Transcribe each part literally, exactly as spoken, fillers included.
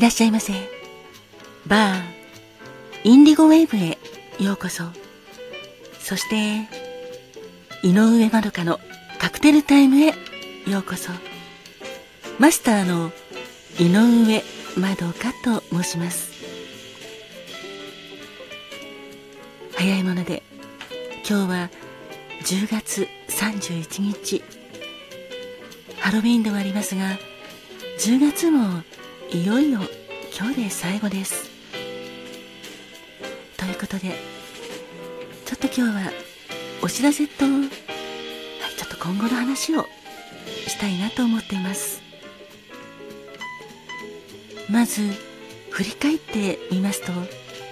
らっしゃいませ。バーインディゴウェーブへようこそ。そして井上まどかのカクテルタイムへようこそ。マスターの井上まどかと申します。早いもので今日はじゅうがつさんじゅういちにち、ハロウィーンではありますが、じゅうがつもいよいよ今日で最後です。ということで、ちょっと今日はお知らせと、はい、ちょっと今後の話をしたいなと思っています。まず振り返ってみますと、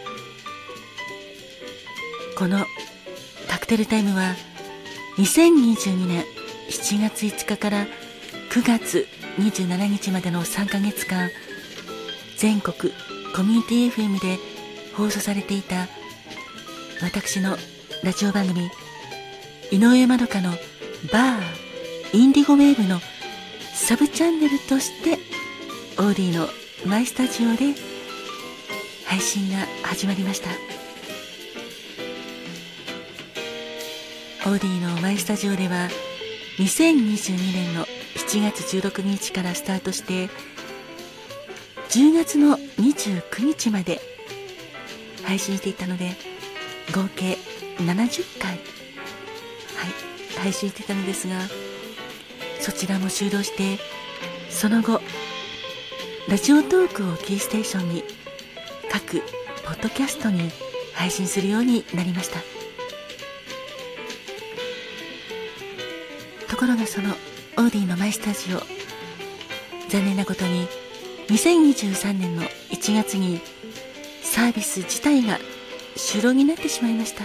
このカクテルタイムはにせんにじゅうにねんしちがついつかからくがつにじゅうしちにちまでのさんかげつかん、全国コミュニティ エフエム で放送されていた私のラジオ番組井上まどかのバーインディゴウェーブのサブチャンネルとしてオーディのマイスタジオで配信が始まりました。オーディのマイスタジオではにせんにじゅうにねんのしちがつじゅうろくにちからスタートしてじゅうがつのにじゅうくにちまで配信していたので、合計ななじゅっかい、はい、配信していたのですが、そちらも終了して、その後ラジオトークをキーステーションに各ポッドキャストに配信するようになりました。ところがそのオーディのマイスタジオ、残念なことににせんにじゅうさんねんのいちがつにサービス自体が終了になってしまいました。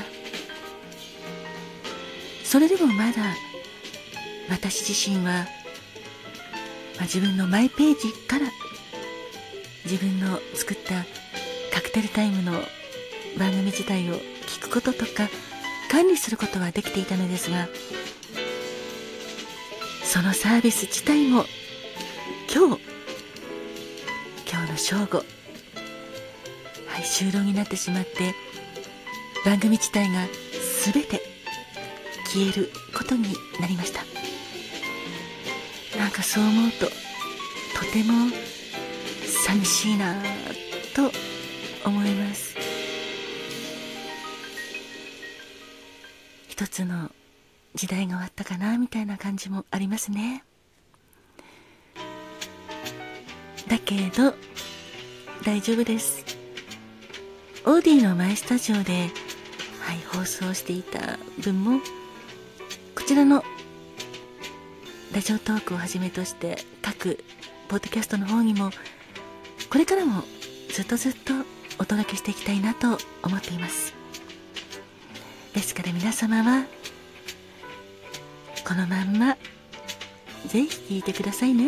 それでもまだ私自身は、まあ、自分のマイページから自分の作ったカクテルタイムの番組自体を聞くこととか管理することはできていたのですが、そのサービス自体も今日今日の正午、はい、終了になってしまって、番組自体が全て消えることになりました。なんかそう思うととても寂しいなと思います。一つの時代が終わったかなみたいな感じもありますね。だけど大丈夫です。オーディのマイスタジオで、はい、放送していた分もこちらのラジオトークをはじめとして各ポッドキャストの方にもこれからもずっとずっとお届けしていきたいなと思っています。ですから皆様はこのまんまぜひ聞いてくださいね。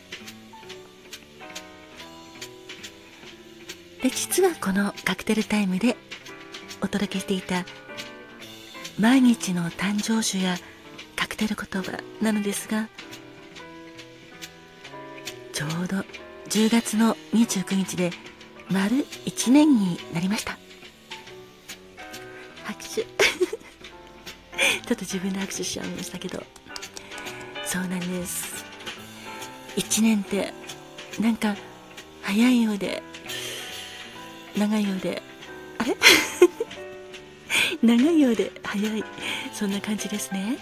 で、実はこのカクテルタイムでお届けしていた毎日の誕生酒やカクテル言葉なのですが、ちょうどじゅうがつのにじゅうくにちで丸いちねんになりました。拍手ちょっと自分で拍手しちゃいましたけど、そうなんです。いちねんってなんか早いようで長いようで、あれ長いようで早い、そんな感じですね。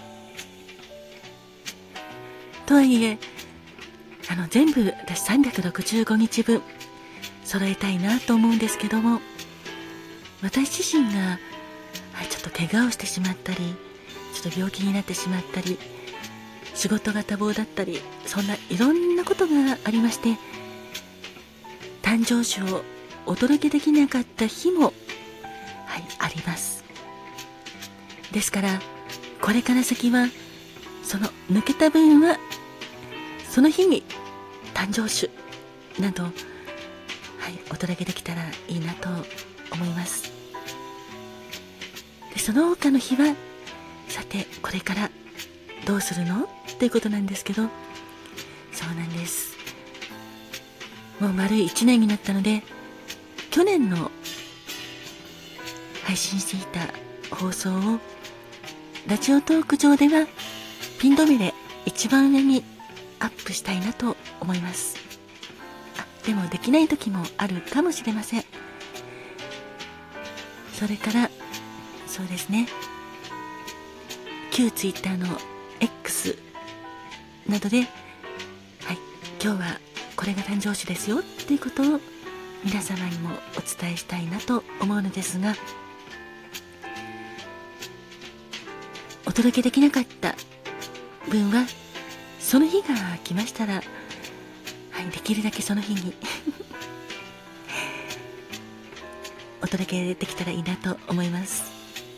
とはいえ、あの全部私さんびゃくろくじゅうごにちぶん揃えたいなと思うんですけども、私自身が、はい、ちょっと怪我をしてしまったり、ちょっと病気になってしまったり、仕事が多忙だったり、そんないろんなことがありまして、誕生酒をお届けできなかった日も、はい、あります。ですからこれから先はその抜けた分はその日に誕生酒など、はい、お届けできたらいいなと思います。で、その他の日はさてこれからどうするのということなんですけど、そうなんです。 もう丸いちねんになったので、去年の配信していた放送をラジオトーク上ではピン止めで一番上にアップしたいなと思います。あ、でもできない時もあるかもしれません。それからそうですね、旧ツイッターの X などで、はい、今日はこれが誕生日ですよっていうことを皆様にもお伝えしたいなと思うのですが、お届けできなかった分はその日が来ましたら、はい、できるだけその日にお届けできたらいいなと思います。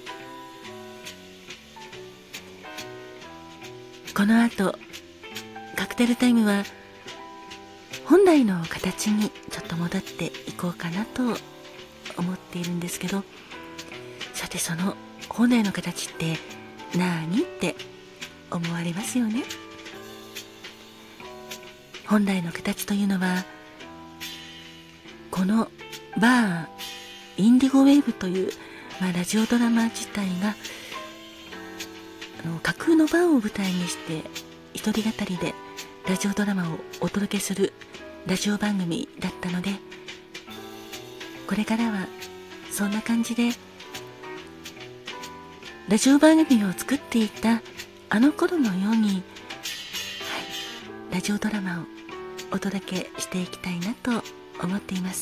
この後カクテルタイムは本来の形にちょっと戻っていこうかなと思っているんですけど、さてその本来の形って何って思われますよね。本来の形というのは、このバーインディゴウェーブという、まあ、ラジオドラマ自体があの架空のバーを舞台にして一人語りでラジオドラマをお届けするラジオ番組だったので、これからはそんな感じでラジオ番組を作っていたあの頃のように、はい、ラジオドラマをお届けしていきたいなと思っています。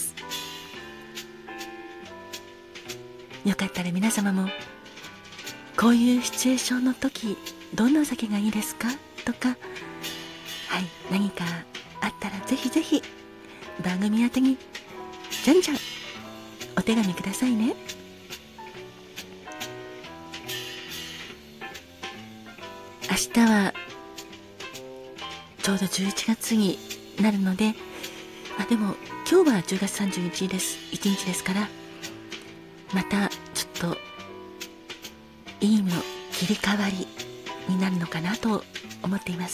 よかったら皆様もこういうシチュエーションの時どんなお酒がいいですかとか、はい、何かあったらぜひぜひ番組宛てにじゃんじゃんお手紙くださいね。明日はちょうどじゅういちがつになるので、あ、でも今日はじゅうがつさんじゅうにちですいちにちですから、またちょっといい意味の切り替わりになるのかなと思っています。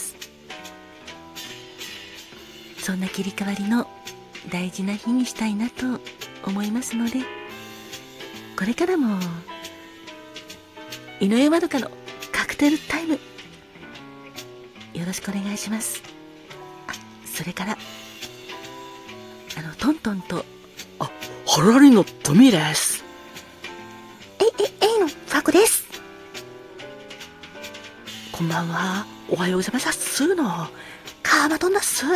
そんな切り替わりの大事な日にしたいなと思いますので、これからも井上まどかのカクテルタイムよろしくお願いします。あ、それからあのトントンと、 あ、ハラリのトミーです。 えええいのファコです。 こんばんは。おはようございます。のカーマトンだっす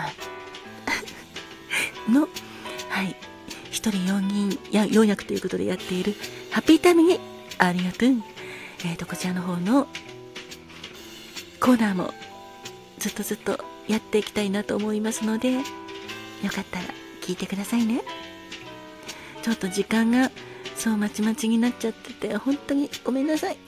の、はい、一人四人やよん役ということでやっているハッピータイムにありがとう。えーとこちらの方のコーナーもずっとずっとやっていきたいなと思いますので、よかったら聞いてくださいね。ちょっと時間がそうまちまちになっちゃってて本当にごめんなさい。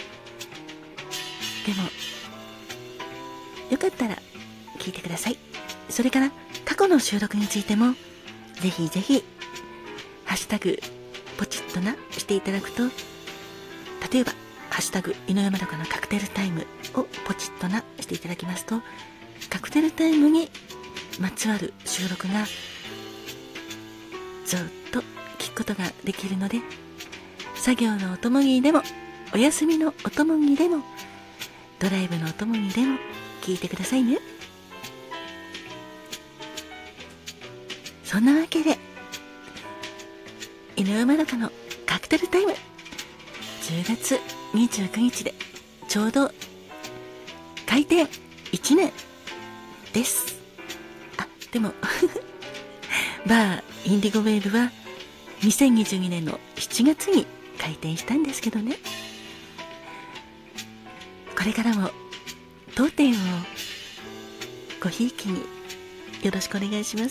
でもよかったら聞いてください。それから過去の収録についてもぜひぜひハッシュタグポチッとなしていただくと、例えばハッシュタグ井上まどかのカクテルタイムをポチッとなしていただきますと、カクテルタイムにまつわる収録がずっと聞くことができるので、作業のお供にでもお休みのお供にでもドライブのお供にでも聞いてくださいね。そんなわけで井上まどかのカクテルタイムじゅうがつにじゅうくにちでちょうど開店いちねんです。あ、でもバーインディゴウェーブはにせんにじゅうにねんのしちがつに開店したんですけどね、これからも当店をごひいきによろしくお願いします。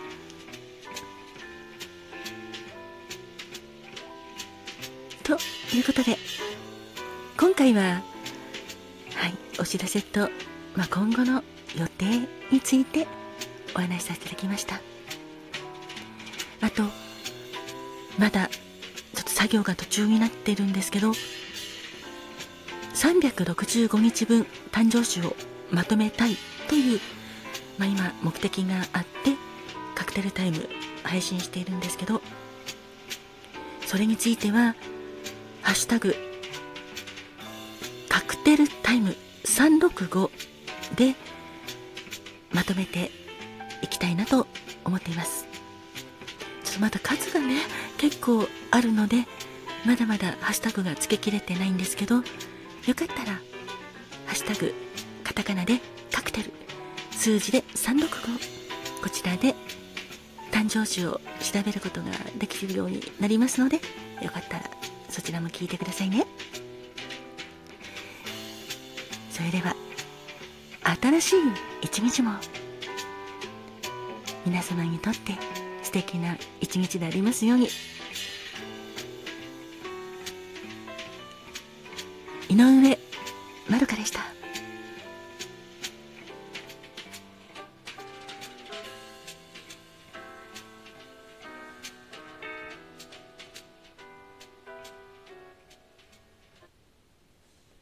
ということで今回は、はい、お知らせと、まあ、今後の予定についてお話しさせていただきました。あとまだちょっと作業が途中になってるんですけど、さんびゃくろくじゅうごにちぶん誕生酒をまとめたいという、まあ、今目的があってクテルタイム配信しているんですけど、それについてはハッシュタグカクテルタイムさんろくごでまとめていきたいなと思っています。ちょっとまだ数がね結構あるので、まだまだハッシュタグが付けきれてないんですけど、よかったらハッシュタグカタカナでカクテル、数字でさんろくご、こちらで誕生日を調べることができるようになりますので、よかったらそちらも聞いてくださいね。それでは新しい一日も皆様にとって素敵な一日でありますように。井上